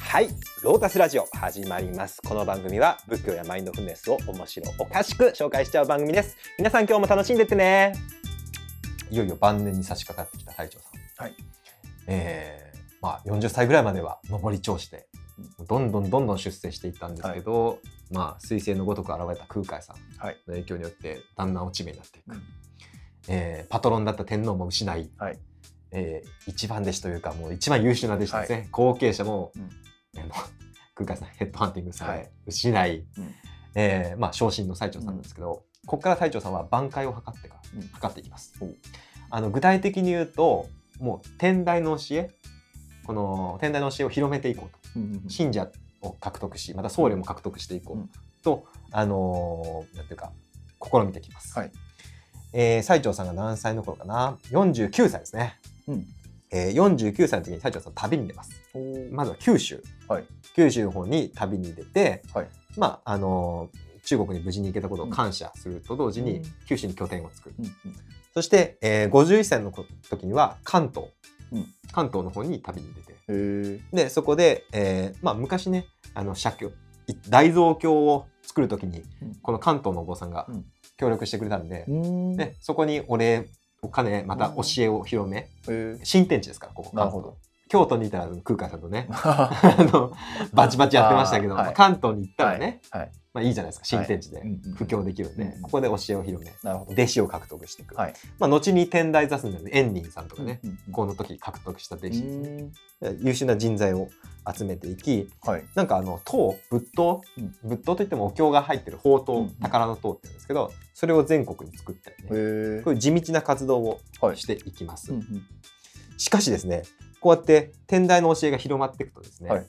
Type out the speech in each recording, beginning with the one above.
はい、ロータスラジオ始まります。この番組は仏教やマインドフルネスを面白おかしく紹介しちゃう番組です。皆さん今日も楽しんでってね。いよいよ晩年に差し掛かってきた隊長さん。はい。40歳ぐらいまでは上り調子でどんどん出世していったんですけど、彗星のごとく現れた空海さんの影響によってだんだん落ち目になっていく。パトロンだった天皇も失い、一番弟子というかもう一番優秀な弟子ですね、後継者も、空海さんヘッドハンティングされ、失い、昇進の最澄さんなんですけど、ここから最澄さんは挽回を図っていきます。具体的に言うともう天台の教え、この天台の教えを広めていこうと、信者を獲得しまた僧侶も獲得していこうと、なんていうか試みてきます。最澄さんが何歳の頃かな、49歳ですね。49歳の時に最澄さん旅に出ます。まずは九州、九州の方に旅に出て、中国に無事に行けたことを感謝すると同時に九州に拠点を作る。そして、51歳の時には関東の方に旅に出て、でそこで、昔ね写経大蔵経を作る時にこの関東のお坊さんが協力してくれたんで、でそこにお礼お金また教えを広め、新天地ですからここ。なるほど。京都にいたら空海さんとねバチバチやってましたけど、関東に行ったらね、いいじゃないですか、新天地で布教できるんで、ここで教えを広め弟子を獲得していく。後に天台座禅の円仁さんとかね、この時獲得した弟子ですね。優秀な人材を集めていき、なんか仏塔といってもお経が入ってる宝塔、宝の塔って言うんですけど、それを全国に作ったりね、こういう地道な活動をしていきます。しかしですね、こうやって天台の教えが広まっていくとですね、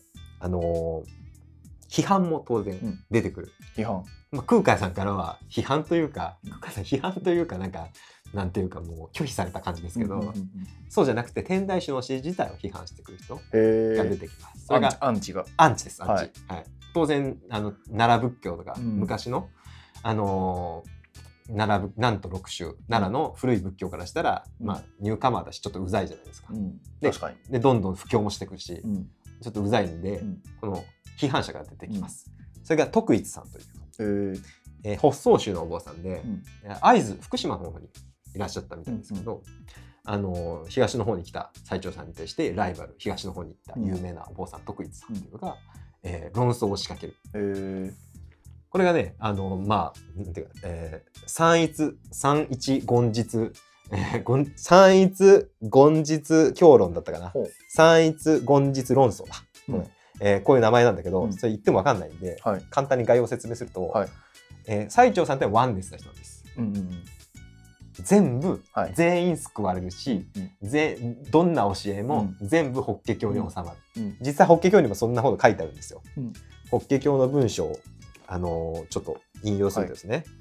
批判も当然出てくる。空海さんからは批判というか、なんていうかもう拒否された感じですけど、そうじゃなくて天台宗の教え自体を批判してくる人が出てきます。それがアンチです。当然奈良仏教とか昔のなんと六宗奈良の古い仏教からしたら、ニューカマーだしちょっとうざいじゃないですか。でどんどん布教もしていくし、ちょっとうざいんで、この批判者が出てきます。それが徳一さんという、発想宗のお坊さんで、会津福島の方にいらっしゃったみたいですけど、東の方に来た最澄さんに対してライバル、東の方に行った有名なお坊さん、徳一さんというのが、論争を仕掛ける。これがね、なんていうか、三一言実三一言実教論だったかな。三一言実論争だ。こういう名前なんだけど、それ言っても分かんないんで、簡単に概要を説明すると、最澄さんってワンネスな人なんです。全部、全員救われるし、どんな教えも全部法華経に収まる。実際法華経にもそんなこと書いてあるんですよ。法華経の文章をちょっと引用するとですね、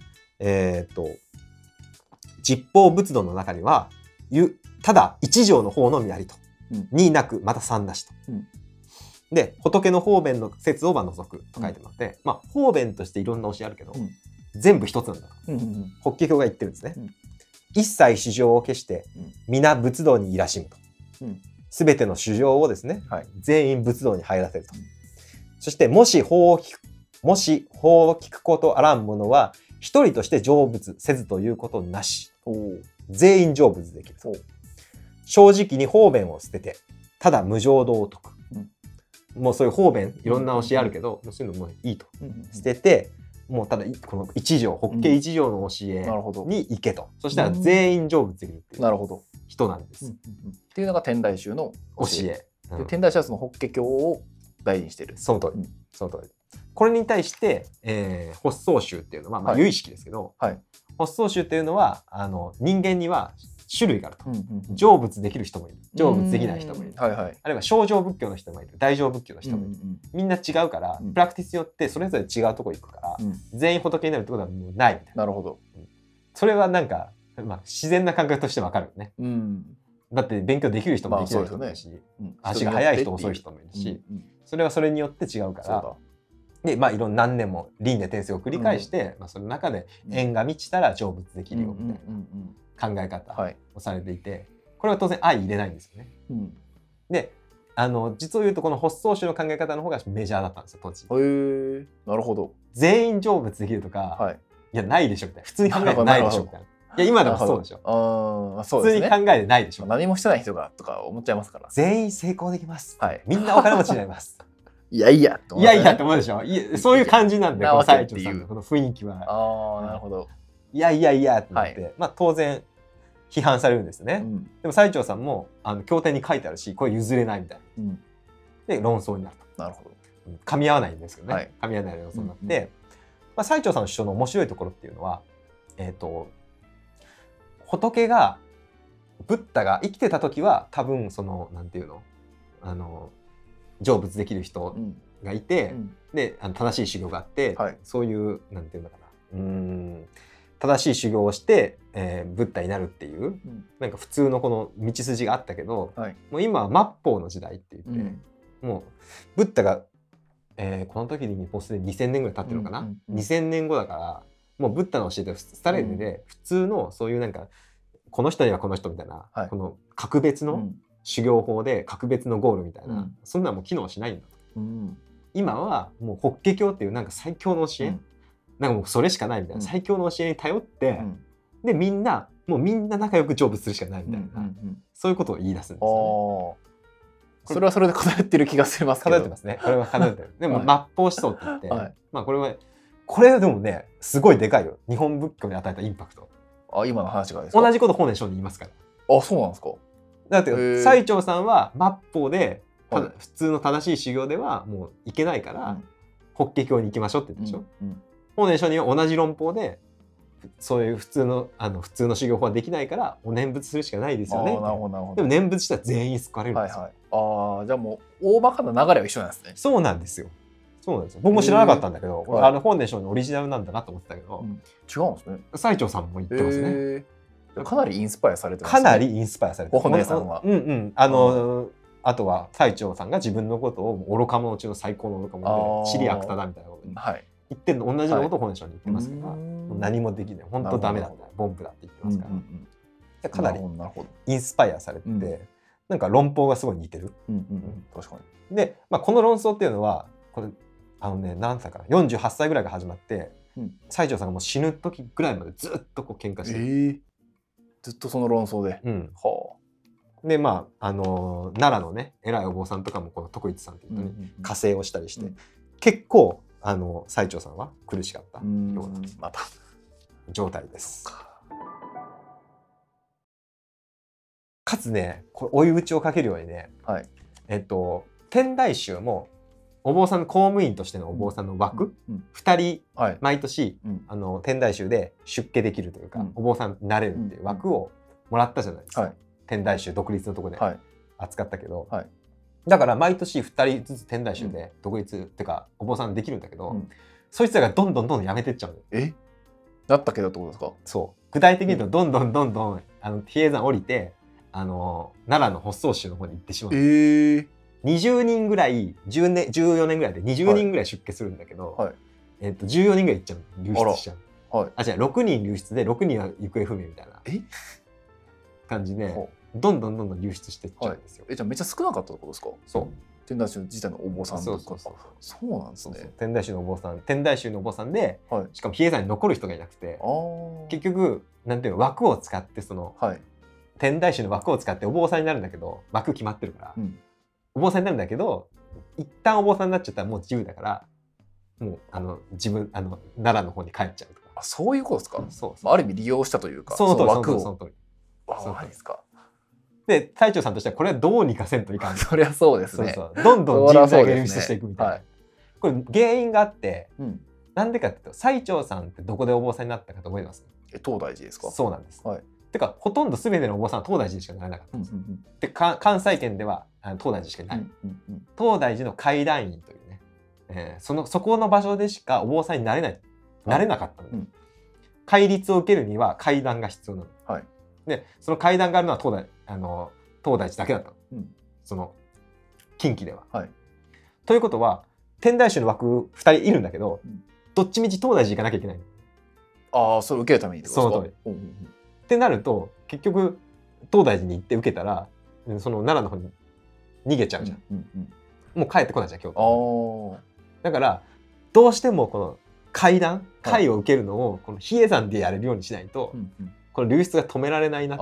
実法仏道の中にはただ一条の方のみありと、二なくまた三なしと。で仏の方便の説を除くと書いてもらって、方便としていろんな教えあるけど、全部一つなんだと、法華経が言ってるんですね。一切主張を消して皆仏道にいらしむと、全ての主張をですね、全員仏道に入らせると。そしてもし法を聞くことあらん者は一人として成仏せずということなし、全員成仏できると。正直に方便を捨ててただ無常道を説く。もうそういう方便いろんな教えあるけど、そういうのもいいと、捨ててもうただこの一条、法華一条の教えに行けと。そしたら全員成仏できるっていう人なんです。 っていうのが天台宗の教え。天台宗はその法華経を大事にしてる。 その通り。これに対して、発想宗っていうのは、由意識ですけど、発想宗っていうのは人間には種類があると。成仏できる人もいる、成仏できない人もいる、あるいは小乗仏教の人もいる、大乗仏教の人もいる、みんな違うから、プラクティスによってそれぞれ違うとこ行くから、全員仏になるってことはもうないみたいな。 なるほど。 それはなんか、自然な感覚としてわかるよね。だって勉強できる人もできない人もいるし、足が速い人遅い人もいるし、それはそれによって違うから。でいろんな何年も輪廻転生を繰り返して、その中で縁が満ちたら成仏できるよみたいな考え方をされていて、これは当然相入れないんですよね。で実を言うとこの発想宗の考え方の方がメジャーだったんですよ当時。 へえ、なるほど。 全員成仏できるとか、 はい、 いやないでしょみたいな、普通に考えてないでしょみたいな。いや今でもそうでしょ。 あ、そうですね、 普通に考えてないでしょ。 何もしてない人がとか思っちゃいますから。 全員成功できます、 はい、 みんなお金持ちになりますいやいやって思う、ね、 いやいやって思うでしょ。そういう感じなんで、この西条さんのこの雰囲気は。 ああ、なるほど。 いやいやいやってなって、はい、まあ当然批判されるんですね、うん、でも西条さんも経典に書いてあるしこれ譲れないみたいな、うん、で論争になると。 なるほど。 噛み合わないんですけどね、はい、噛み合わない論争になって、うんうん、まあ、西条さんの主張の面白いところっていうのは、仏がブッダが生きてた時は多分そのなんていうの成仏できる人がいて、うん、で正しい修行があって、はい、そういうなんていうのかな正しい修行をして、ブッダになるっていう、うん、なんか普通のこの道筋があったけど、はい、もう今は末法の時代って言って、うん、もうブッダが、この時にもうすでに2000年ぐらい経ってるのかな、うんうんうん、2000年後だからもうブッダの教えて廃れてで、うん、普通のそういうなんかこの人にはこの人みたいな、はい、この格別の修行法で格別のゴールみたいな、うん、そんなもう機能しないんだと、うん、今はもう法華経っていうなんか最強の教え、うん、なんかもうそれしかないみたいな、最強の教えに頼って、うん、でみんな仲良く成仏するしかないみたいな、うんうんうん、そういうことを言い出すんですよね。 それはそれで偏ってる気がしますけど。 偏ってますね。これは偏ってる。でも末法思想って言って、はい、まあこれはでもねすごいでかいよ。日本仏教に与えたインパクト。 あ、今の話がですか。 同じこと法然上人に言いますから。 あ、そうなんですか。 だって西條さんは末法で、はい、普通の正しい修行ではもういけないから、うん、法華経に行きましょうって言ってでしょ。うんうん、法然上人は同じ論法でそういう普通の修行法はできないからお念仏するしかないですよね。でも念仏したら全員救われるんですよ。 はいはい、あ、じゃあもう大まかな流れは一緒なんですね。 そうなんですよ。そうなんですよ。僕も知らなかったんだけど、法然上人のオリジナルなんだなと思ってたけど、 違うんですね。 西條さんも言ってますね。 かなりインスパイアされてますね。かなりインスパイアされてます。 法然さんは。 うんうん。あとは西條さんが自分のことを愚か者中の最高の愚か者で、知り悪多だみたいなことに言ってるの、同じようなことを法然上人に言ってますから、何もできない、本当ダメだった、ボンプだって言ってますから、かなりインスパイアされてて、なんか論法がすごい似てる。 確かに。 で、まあ、この論争っていうのはこれ何歳かな、48歳ぐらいが始まって、西條さんがもう死ぬ時ぐらいまでずっとこう喧嘩してる。 ずっとその論争で。はあ。でまあ奈良のね偉いお坊さんとかもこの徳一さんっていうとね、加勢をしたりして、結構西條さんは苦しかったようなまた状態です。かつね、これ追い打ちをかけるようにね、はい、天台宗もお坊さんの公務員としてのお坊さんの枠、2人毎年、天台宗で出家できるというか、お坊さんになれるっていう枠をもらったじゃないですか、天台宗独立のところで扱ったけど、だから毎年2人ずつ天台宗で独立っていうかお坊さんできるんだけど、そいつらがどんどんやめてっちゃうの。 だったけどってことですか。 そう、具体的に言うとどんどん比叡山降りて奈良の発想宗の方に行ってしまう。20人ぐらい14年ぐらいで20人ぐらい出家するんだけど、14人ぐらい行っちゃう、流出しちゃう。違う、6人流出で6人は行方不明みたいな感じでどんどん流出していっちゃうんですよ。 じゃあめっちゃ少なかったってことですか。 そう、 天台宗自体のお坊さんとか。そうなんですね。 天台宗のお坊さんで、しかも比叡山に残る人がいなくて、結局なんていうの、枠を使って天台宗の枠を使ってお坊さんになるんだけど、枠決まってるから、お坊さんになるんだけど、一旦お坊さんになっちゃったらもう自由だから、もう自分奈良の方に帰っちゃうとか。 そういうことですか。 そう、 ある意味利用したというか、 その枠を。 その通り。 そうですか。 で隊長さんとしてはこれはどうにかせんといかん。 そりゃそうですね。 どんどん人材が流出していくみたいな。これ原因があって、なんでかっていうと、最澄さんってどこでお坊さんになったかと思います？ 東大寺ですか？ そうなんです。てかほとんど全てのお坊さんは東大寺でしかならなかったんです。で関西圏では東大寺しかない。東大寺の戒壇院というね、そこの場所でしかお坊さんになれなかったので、戒律を受けるには戒壇が必要なの。でその戒壇があるのは東大寺だけだったの。その近畿では。ということは天台宗の枠2人いるんだけど、どっちみち東大寺行かなきゃいけない。 それ受けるためにってことですか？ その通り。ってなると結局東大寺に行って受けたら、その奈良の方に逃げちゃうじゃん、もう帰ってこないじゃん京都。 だからどうしてもこの階を受けるのをこの比叡山でやれるようにしないと、この流出が止められないなっていう。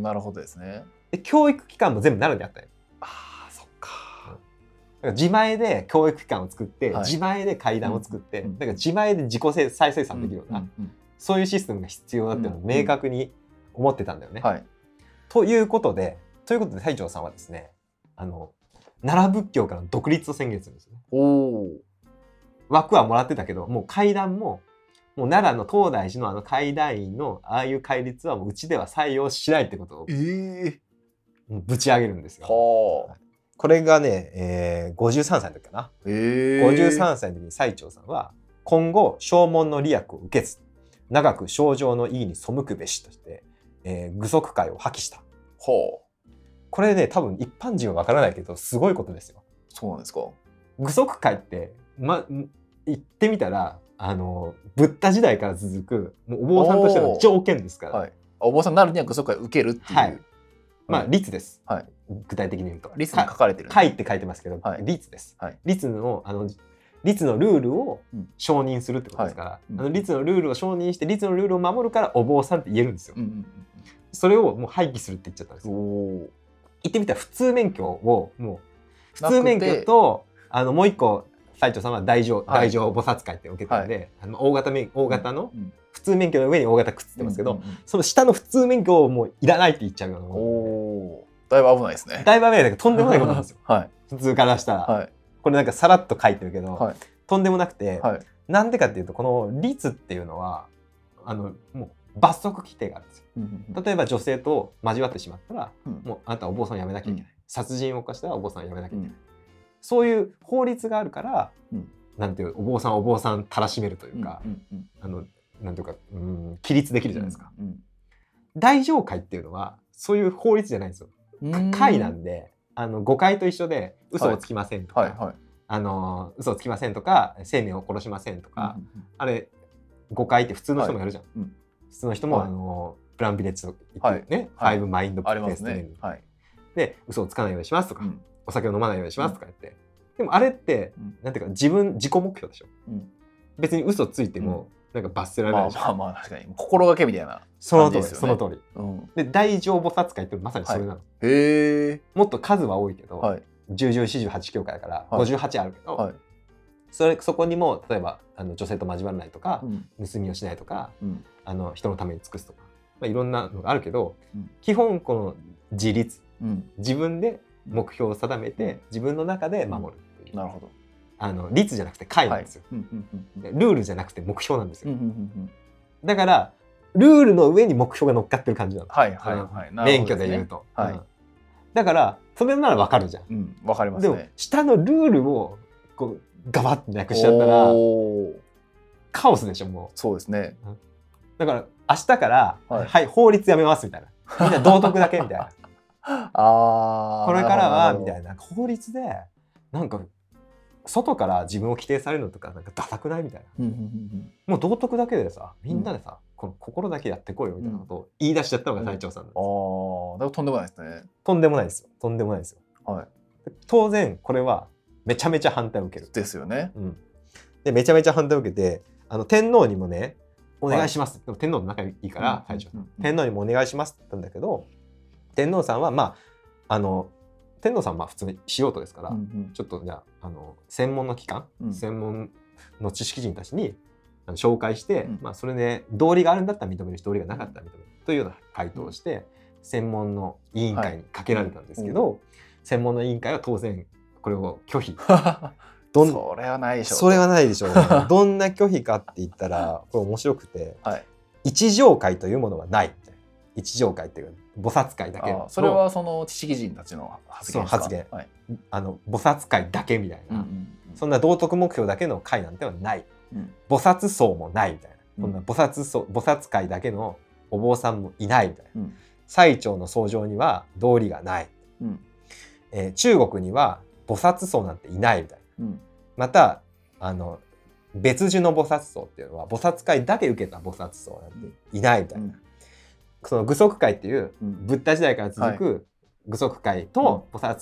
なるほどですね。 で教育機関も全部奈良にあったよ。 そっか。 だから自前で教育機関を作って、自前で階段を作って、だから自前で自己再生産できるような、そういうシステムが必要だっていうのを明確に思ってたんだよね。ということで隊長さんはですね、奈良仏教からの独立を宣言するんですね。枠はもらってたけど、もう階段も奈良の東大寺の階段院のああいう戒律はもううちでは採用しないってことをぶち上げるんですよ。これがね、53歳の時かな。53歳の時に最澄さんは今後正門の利益を受けず長く正常の意に背くべしとして、具足戒を破棄した。これね多分一般人はわからないけどすごいことですよ。 そうなんですか。 具足戒って言ってみたらブッダ時代から続くもうお坊さんとしての条件ですから、 お坊さんになるには具足戒を受けるっていう、 律です、具体的に言うと律に書かれてる、 戒って書いてますけど、律です、律のルールを承認するってことですから、律のルールを承認して律のルールを守るからお坊さんって言えるんですよ。それをもう廃棄するって言っちゃったんですよ。言ってみたら普通免許をもう普通免許ともう一個最澄さんは大乗菩薩戒って受けてるんで、大型の普通免許の上に大型くっつってますけど、その下の普通免許をもういらないって言っちゃうようなもの。だいぶ危ないですね。 だいぶ危ないけどとんでもないことなんですよ。普通からしたら、これなんかさらっと書いてるけど、とんでもなくて、なんでかっていうとこの律っていうのはもう罰則規定があるんですよ。例えば女性と交わってしまったら、もうあなたはお坊さんを辞めなきゃいけない、殺人を犯したらお坊さんを辞めなきゃいけない、そういう法律があるから、なんていうお坊さんたらしめるというか、なんていうか規律できるじゃないですか。大乗戒っていうのはそういう法律じゃないんですよ。戒なんで誤解と一緒で嘘をつきませんとか、嘘をつきませんとか生命を殺しませんとか、あれ誤解って普通の人もやるじゃん。普通の人もプランビレッジと言ってね、ファイブマインドプレストレーニングで嘘をつかないようにしますとか、お酒を飲まないようにしますとか言って、でもあれってなんていうか自己目標でしょ。別に嘘ついてもなんか罰せられないでしょ。 まあ確かに心がけみたいなその通り、その通り。で大乗菩薩戒ってまさにそれなの。もっと数は多いけど、十十四十八教会だから58あるけど、そこにも例えば女性と交わらないとか、盗みをしないとか、人のために尽くすとか、いろんなのがあるけど、基本この自立、自分で目標を定めて自分の中で守るという。 なるほど。 律じゃなくて戒なんですよ。ルールじゃなくて目標なんですよ。だからルールの上に目標が乗っかってる感じなの。免許で言うと。だからそれならわかるじゃん。 わかりますね。 でも下のルールをこうガバッとなくしちゃったらカオスでしょもう。 そうですね。 だから明日からはい法律やめますみたいな。みんな道徳だけみたいな。これからはみたいな法律でなんか外から自分を規定されるのとかなんかダサくないみたいな、もう道徳だけでさみんなでさ、この心だけやってこいよみたいなことを言い出しちゃったのが隊長さんなんですよ。 だからとんでもないですね。 とんでもないですよ。とんでもないですよ。当然これはめちゃめちゃ反対を受けるですよね。 でめちゃめちゃ反対を受けて天皇にもねお願いします、でも天皇と仲いいから隊長さん天皇にもお願いしますって言ったんだけど、天皇さんは天皇さんは普通に素人ですから、ちょっとじゃあ専門の機関、専門の知識人たちに紹介して、それで道理があるんだったら認めるし道理がなかったら認めるというような回答をして、専門の委員会にかけられたんですけど、専門の委員会は当然これを拒否。 それはないでしょう。 それはないでしょう、ね。どんな拒否かって言ったらこれ面白くて、一条会というものはない。一条会っていう菩薩会だけ。 それはその知識人たちの発言ですか。 発言。菩薩会だけみたいな、そんな道徳目標だけの会なんてはない。菩薩僧もないみたいな。そんな菩薩会だけのお坊さんもいないみたいな。最澄の僧正には道理がない。中国には菩薩僧なんていないみたいな。また別樹の菩薩僧っていうのは菩薩会だけ受けた菩薩僧なんていないみたいな。その具足戒っていうブッダ時代から続く具足戒と菩薩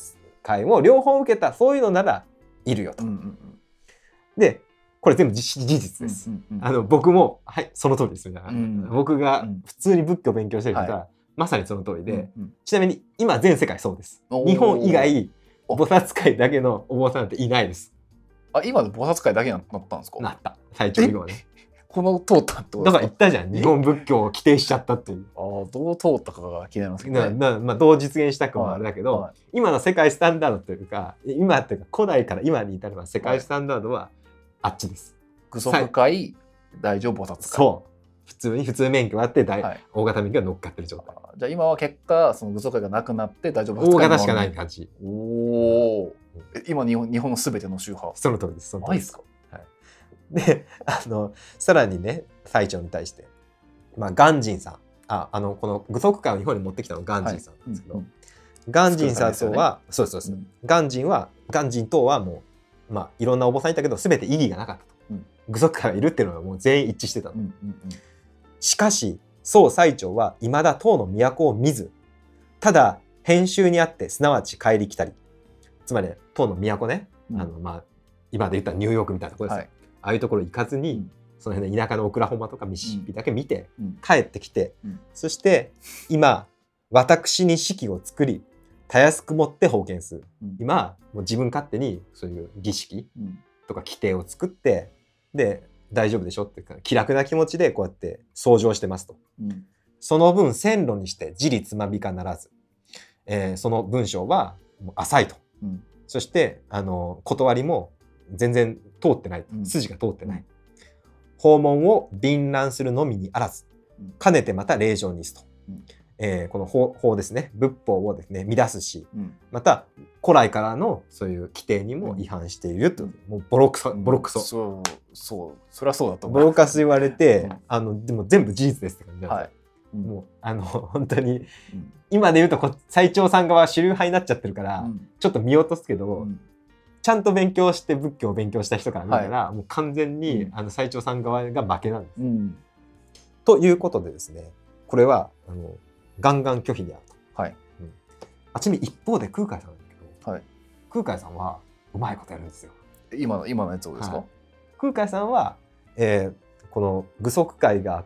会を両方受けたそういうのならいるよと。でこれ全部事実です。僕もはいその通りですみたいな、僕が普通に仏教を勉強してる人は、まさにその通りで、ちなみに今全世界そうです。日本以外菩薩会だけのお坊さんなんていないです。 今で菩薩会だけになったんですか？ なった。最長以後はね。 この通ったってことですか？ だから言ったじゃん、日本仏教を規定しちゃったっていう。 どう通ったかが気になりますけどね。 まあどう実現したかもあれだけど、今の世界スタンダードというか、今っていうか古代から今に至れば世界スタンダードはあっちです。 具足会、大乗菩薩会。 そう。普通免許があって大型免許が乗っかってる状態。 じゃあ今は結果その具足会がなくなって大乗菩薩会大型しかない感じ。 今日本のすべての宗派。 その通りです。 ないですか？ でさらにね最澄に対して、鑑真さんこの具足会を日本に持ってきたのが鑑真さんなんですけど、鑑真さんとはそうです。鑑真等はもういろんなお坊さんいたけど全て意義がなかったと。具足会がいるっていうのはもう全員一致してたの。しかし宋最澄は未だ唐の都を見ず、ただ編集にあってすなわち帰り来たり、つまり唐の都ね、今で言ったらニューヨークみたいなところですよ。ああいうところ行かずに、その辺の田舎のオクラホマとかミシシッピだけ見て、帰ってきて、そして今私に式を作りたやすくもって封建する。今もう自分勝手にそういう儀式とか規定を作って、で大丈夫でしょって気楽な気持ちでこうやって奏上してますと。その分線路にして自利つまびかならず、その文章はもう浅いと。そして断りも全然通ってない、筋が通ってない。訪問を便覧するのみにあらず、兼ねてまた令状にすと。この法ですね、仏法をですね乱すし、また古来からのそういう規定にも違反していると、もうボロクソ。 そりゃそうだと思う。ボロカス言われて、でも全部事実ですって感じなんですよ。もう本当に、今で言うと最澄さん側主流派になっちゃってるから、ちょっと見落とすけど、ちゃんと勉強して仏教を勉強した人から見たら、もう完全に最澄さん側が負けなんです。ということでですね、これはガンガン拒否であると。ちなみに一方で空海さんなんだけど、空海さんはうまいことやるんですよ。 今のやつをですか？ 空海さんは、この具足会があって、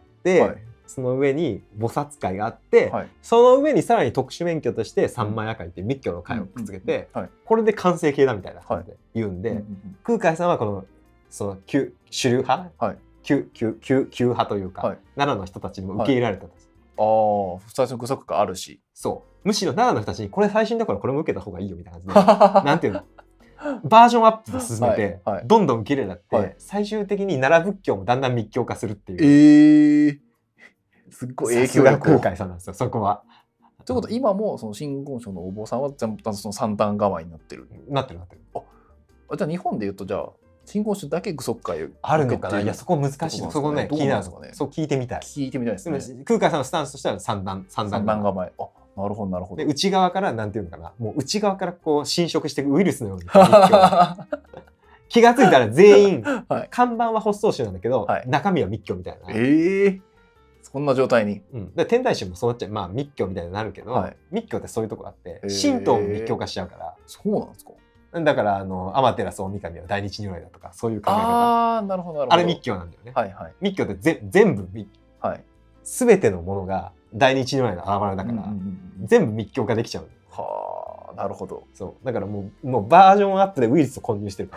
その上に菩薩会があって、その上にさらに特殊免許として三昧会っていう密教の会をくっつけて、これで完成形だみたいな感じで言うんで、空海さんはその主流派、旧派というか、奈良の人たちにも受け入れられたんです。 最初の具足があるし、 むしろ奈良の人たちにこれ最新だからこれも受けた方がいいよみたいな感じでなんていうのバージョンアップで進めて、どんどん受け入れになって、最終的に奈良仏教もだんだん密教化するっていう。すっごい影響力空海さんなんですよ、そこは。 ということは今もその真言宗のお坊さんは全部その三段構えになってる。 なってる。 じゃあ日本でいうとじゃあ真言宗だけ具足会あるのかな。いやそこ難しい。そこね気になるんですかね。そう聞いてみたい。 ですね。 空海さんのスタンスとしては三段構え。なるほど。 で内側からなんていうのかな、もう内側からこう侵食していくウイルスのように気がついたら全員、看板は発想宗なんだけど、中身は密教みたいな。 そんな状態に。 で天台宗もそうなっちゃう、密教みたいになるけど、密教ってそういうとこあって、神道も密教化しちゃうから。 そうなんですか。 だから天照大神は大日如来だとかそういう考え方。なるほど。 あれ密教なんだよね。密教って全部全てのものが大日如来の現れだから、全部密教化できちゃう。 なるほど。 そうだからもうバージョンアップでウイルスを混入してる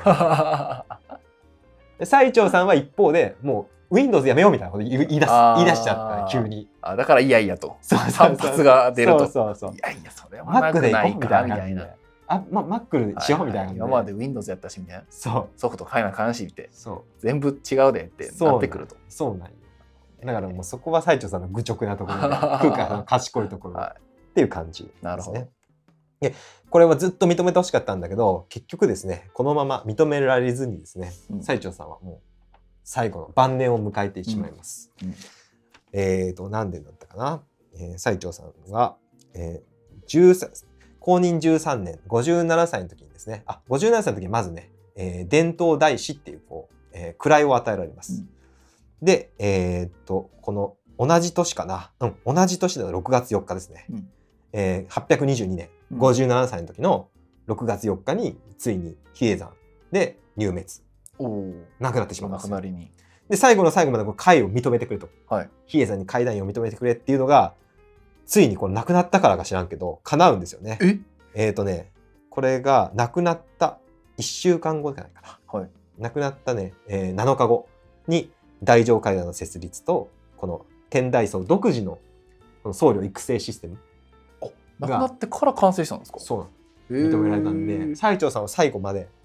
から最澄さんは一方でもう Windows やめようみたいなこと言い出しちゃった急に。 だからいやいやと反発が出ると。 いやそれはなくないかみたいな。 Mac しようみたいな。 今まで Windows やったしみたいな。ソフト変えな関心って全部違うでってなってくると。 そうなんよ。だからもうそこは最澄さんの愚直なところで空海さんの賢いところっていう感じですね。でこれはずっと認めてほしかったんだけど結局ですねこのまま認められずにですね、最澄さんはもう最後の晩年を迎えてしまいます。何年だったかな、最澄さんが、公認13年57歳の時にですね57歳の時にまずね、伝統大師っていう位を与えられます。でこの同じ年かな、同じ年の6月4日ですね、822年57歳の時の 6月4日についに比叡山で入滅、亡くなってしまうんですよ。で最後の最後までこの戒を認めてくれと、比叡山に戒壇を認めてくれっていうのがついにこの亡くなったからか知らんけど叶うんですよね。これが亡くなった1週間後じゃないかな、亡くなったね、7日後に大乗戒壇の設立とこの天台宗独自のこの僧侶育成システム亡くなってから完成したんですか？ そう認められたんで、最澄さんは最後まで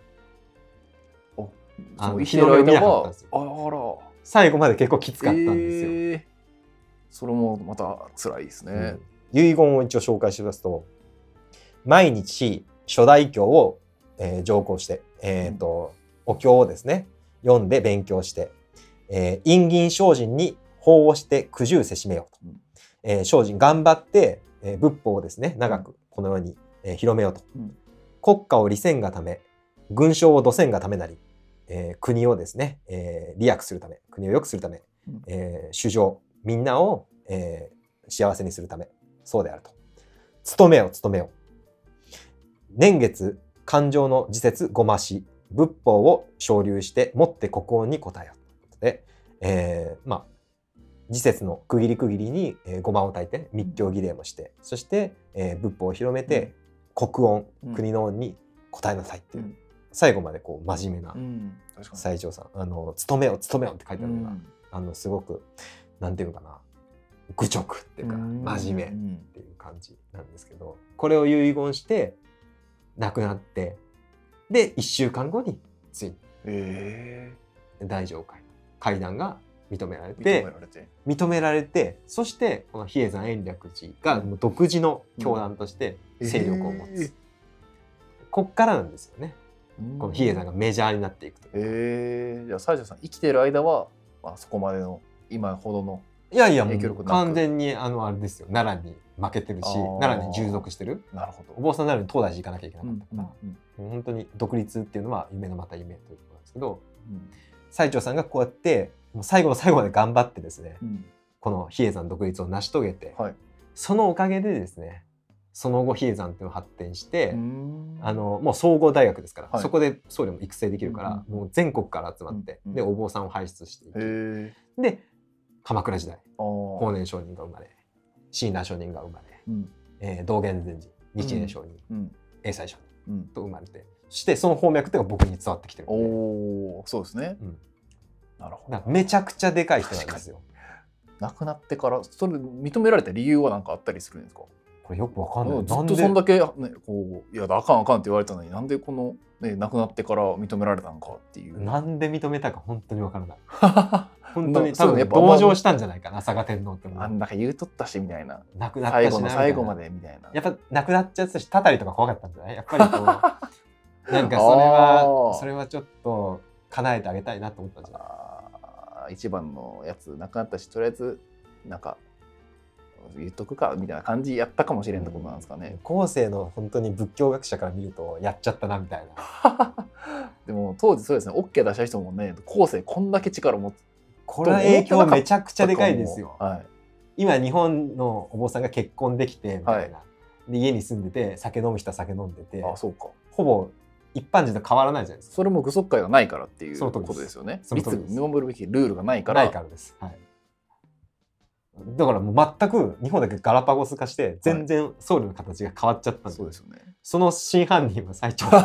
日の目を見なかったんですよ。最後まで結構きつかったんですよ。 それもまた辛いですね。 遺言を一応紹介してみますと、毎日諸大経を、上講して、お経をですね読んで勉強して、陰銀精進に法をして苦渋せしめようと、精進頑張って、仏法をですね長くこのように、広めようと、国家を利せんがため軍将を土せんがためなり、国をですね、利益するため、国を良くするため、主情みんなを、幸せにするため、そうであると。努めよ努めよ。年月勘定の時節ごまし、仏法を昇流してもって国王に答えようということで、時節の区切り区切りに、ごまを焚いて密教儀礼もして、そして、仏法を広めて、国恩、国の恩に答えなさいっていう、最後までこう真面目な最澄さん、努めよ努めよって書いてあるのが、すごくなんていうのかな、愚直っていうか真面目っていう感じなんですけど、これを遺言して亡くなって、で1週間後についに大乗戒壇が認められて、そしてこの比叡山延暦寺がもう独自の教団として勢力を持つ、こっからなんですよね、この比叡山がメジャーになっていくと。 じゃあ西条さん生きている間は、そこまでの今ほどの影響力なく、もう完全にあれですよ、奈良に負けてるし、奈良に従属してる。 なるほど。 お坊さんになるに東大寺行かなきゃいけなかったから、本当に独立っていうのは夢のまた夢ということなんですけど、最澄さんがこうやってもう最後の最後まで頑張ってですね、この比叡山独立を成し遂げて、そのおかげでですね、その後比叡山っていうのが発展して、もう総合大学ですから、そこで僧侶も育成できるから、もう全国から集まって、でお坊さんを輩出していき、で鎌倉時代法然上人が生まれ、親鸞上人が生まれ、道元禅師、日蓮上人、栄西上人と生まれて、そしてその方脈っていうのが僕に伝わってきてるので、 そうですね。なるほど。 めちゃくちゃでかい人なんですよ。 亡くなってからそれ認められた理由は何かあったりするんですか？ これよくわかんない。 ずっとそんだけ、ね、こういやあかんあかんって言われたのに、なんでこの、ね、亡くなってから認められたのかっていう。 なんで認めたか本当にわからない。本当に多分同情したんじゃないかな、朝賀天皇っても。 なんか言うとったしみたいな。 亡くなったしなみたいな。 最後までみたいな。 やっぱ亡くなっちゃったしたたりとか怖かったんじゃない？やっぱりこうなんかそれはちょっと叶えてあげたいなと思ったんじゃない？ 一番のやつ亡くなったし、とりあえずなんか言っとくかみたいな感じやったかもしれんってことなんですかね。 後世の本当に仏教学者から見るとやっちゃったなみたいな。 でも当時そうですね、 OK 出した人もね、後世こんだけ力を持つ、 これは影響めちゃくちゃでかいですよ。今日本のお坊さんが結婚できてみたいな、で家に住んでて酒飲む人は酒飲んでて、 そうか、 ほぼ一般人と変わらないじゃないですか。 それも具足戒がないからっていうことですよね。律儀守るべきルールがないからです。だからもう全く日本だけガラパゴス化して全然僧侶の形が変わっちゃったんで、 そうですよね。 その真犯人は最長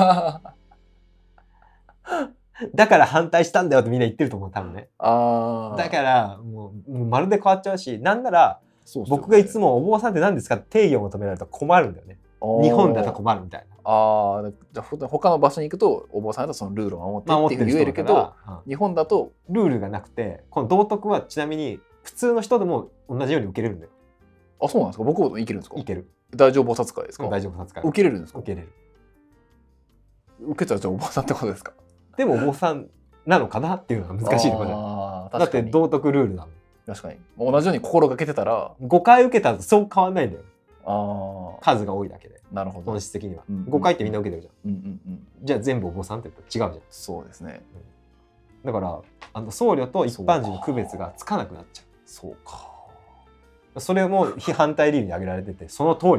だから反対したんだよってみんな言ってると思う、多分ね。だからもうまるで変わっちゃうし、なんなら僕がいつもお坊さんって何ですかって定義を求められると困るんだよね。日本だと困るみたいな。じゃあ他の場所に行くとお坊さんだとそのルールを守ってって言えるけど、日本だとルールがなくて、この道徳はちなみに普通の人でも同じように受けれるんだよ。 そうなんですか？僕もいけるんですか？いける。 大乗菩薩会ですか？ 大乗菩薩会。 受けれるんですか？ 受けれる。 受けたらじゃあお坊さんってことですか？ でもお坊さんなのかなっていうのが難しいところじゃない。だって道徳ルールだもん。 確かに同じように心がけてたら 5回受けたらそう変わんないんだよ。数が多いだけで。 なるほど。 本質的には5回ってみんな受けてるじゃん。じゃあ全部お坊さんって言ったら違うじゃん。 そうですね。 だから僧侶と一般人の区別がつかなくなっちゃう。 そうか。 それも反対理由に挙げられてて、その通りみたい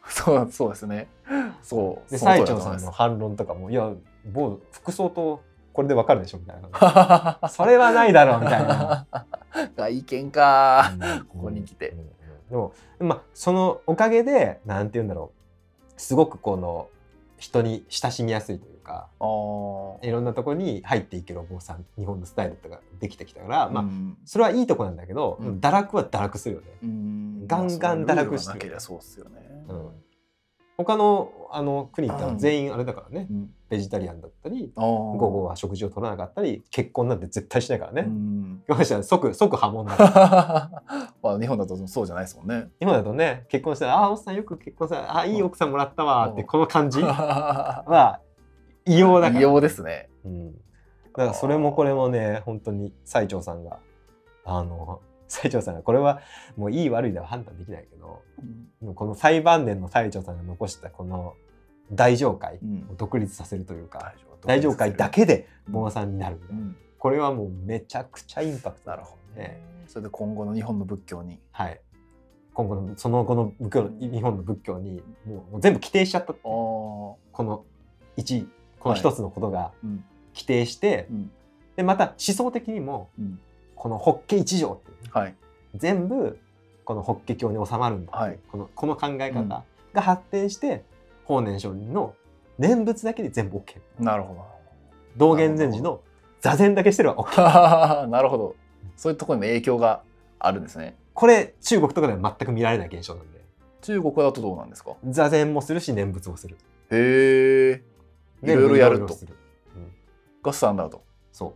そうですね。そうで最澄さんの反論とかも、いや某服装とこれでわかるでしょみたいなそれはないだろうみたいな外見か、ここに来て、 でもまあそのおかげでなんて言うんだろう、すごくこの人に親しみやすいというか、いろんなところに入っていけるお坊さん、日本のスタイルとかできてきたから、まあそれはいいとこなんだけど、堕落は堕落するよね。ガンガン堕落してる。 そうっすよね。 他の国って全員あれだからね、ベジタリアンだったり、午後は食事を取らなかったり、結婚なんて絶対しないからね。即破門だまあ日本だとそうじゃないですもんね。 日本だとね、結婚したら、おっさんよく結婚したら、いい奥さんもらったわって、この感じは異様だから。 異様ですね。 だからそれもこれもね、本当に最澄さんが最澄さんがこれはもういい悪いでは判断できないけど、この最晩年の最澄さんが残したこの大乗会を独立させるというか、大乗会だけで坊さんになるみたいな、これはもうめちゃくちゃインパクトだろうね。 それで今後の日本の仏教に、 今後のその後の日本の仏教にもう全部規定しちゃった。この一つのことが規定して、でまた思想的にも、この法華一条っていう、全部この法華経に収まるんだっていう、この考え方が発展して、法然上人の念仏だけで全部 OK。 なるほど。 道元禅師の座禅だけしてるは OK。 なるほど。そういうところにも影響があるんですね。 これ中国とかでは全く見られない現象なんで。 中国だとどうなんですか？ 座禅もするし念仏もする。 へえ。いろいろやると。がスタンダード。 そう。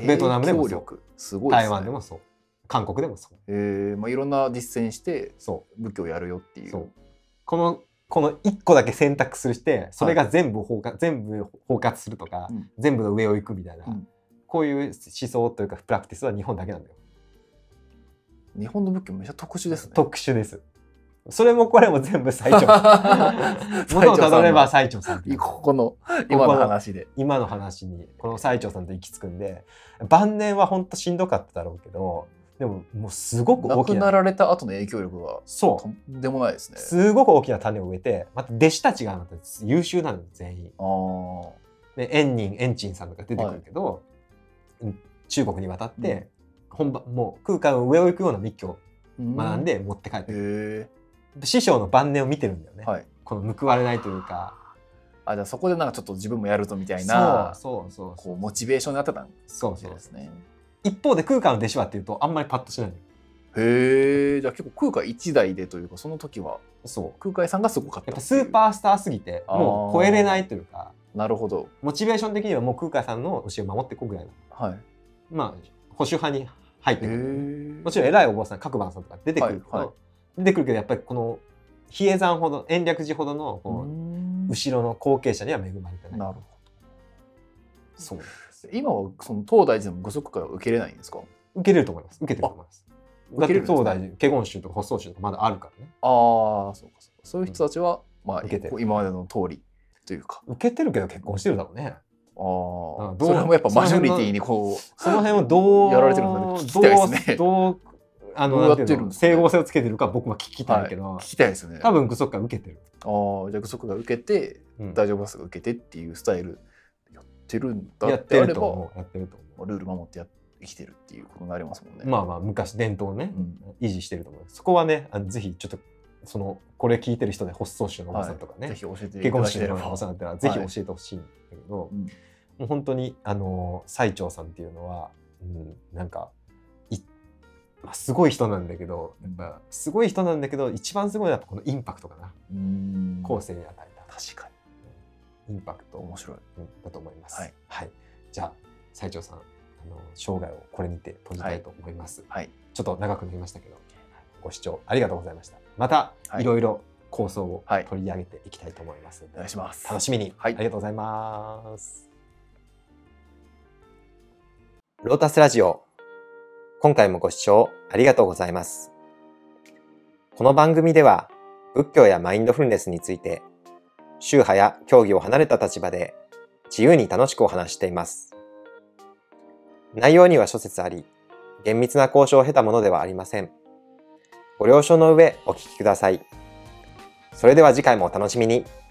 ベトナムでもそう。 すごいですね。 台湾でもそう。韓国でもそう。 いろんな実践して仏教をやるよっていう。 この一個だけ選択すしてそれが全部包括するとか、全部の上を行くみたいな、こういう思想というかプラクティスは日本だけなんだよ。 日本の仏教めちゃ特殊ですね。 特殊です。それもこれも全部最澄元をたどれば最澄さん、 この今の話で今の話にこの最澄さんと行き着くんで、晩年は本当しんどかっただろうけど、でももうすごく大きな、 亡くなられた後の影響力がとんでもないですね。 すごく大きな種を植えて、また弟子たちがまた優秀なの全員。で円珍さんとか出てくるけど、中国に渡って、もう空海の上を行くような密教を学んで持って帰ってくる。師匠の晩年を見てるんだよね、この報われないというか。 じゃあそこでなんかちょっと自分もやるぞみたいなこうモチベーションになってたんですね。 一方で空海の弟子はっていうとあんまりパッとしないの。 へえ。じゃあ結構空海一代でというか、その時は空海さんがすごかった。 やっぱスーパースターすぎてもう超えれないというか。 なるほど。 モチベーション的にはもう空海さんの教えを守っていこうぐらいの、まあ保守派に入ってくる。もちろん偉いお坊さん各番さんとか出てくるけど、やっぱりこの比叡山ほど延暦寺ほどのこう後ろの後継者には恵まれてない。 なるほど。 そうです。 今はその東大寺でも具足会は受けれないんですか？ 受けれると思います。受けてると思います。だって東大寺華厳宗とか法相宗とかまだあるからね。 そういう人たちは受けて今までの通りというか受けてるけど結婚してるだろうね。 それもやっぱマジョリティにこうその辺をどうやられてるのか聞きたいですね。 どうやってるんですかね。整合性をつけてるか僕は聞きたいけど、 聞きたいですね。 多分具足会受けてる。 じゃあ具足会受けて大乗仏が受けてっていうスタイルやってるんだってあれば、 やってると思う。 ルール守って生きてるっていうことになりますもんね。 まあ昔伝統をね、維持してると思う。そこはね、ぜひちょっとこれ聞いてる人で発想宗のおばさんとかね、 ぜひ教えて華厳宗のおばさんだったらぜひ教えてほしいんだけど、もう本当に最澄さんっていうのは、なんかすごい人なんだけど、やっぱすごい人なんだけど一番すごいのはこのインパクトかな。後世に与えた確かにインパクト面白いだと思います。じゃあ最澄さん生涯をこれにて閉じたいと思います。ちょっと長くなりましたけど、ご視聴ありがとうございました。またいろいろ構想を取り上げていきたいと思いますので、 お願いします。 楽しみに。ありがとうございます。ロータスラジオ、今回もご視聴ありがとうございます。この番組では仏教やマインドフルネスについて宗派や教義を離れた立場で自由に楽しくお話しています。内容には諸説あり、厳密な交渉を経たものではありません。 ご了承の上お聞きください。それでは次回もお楽しみに。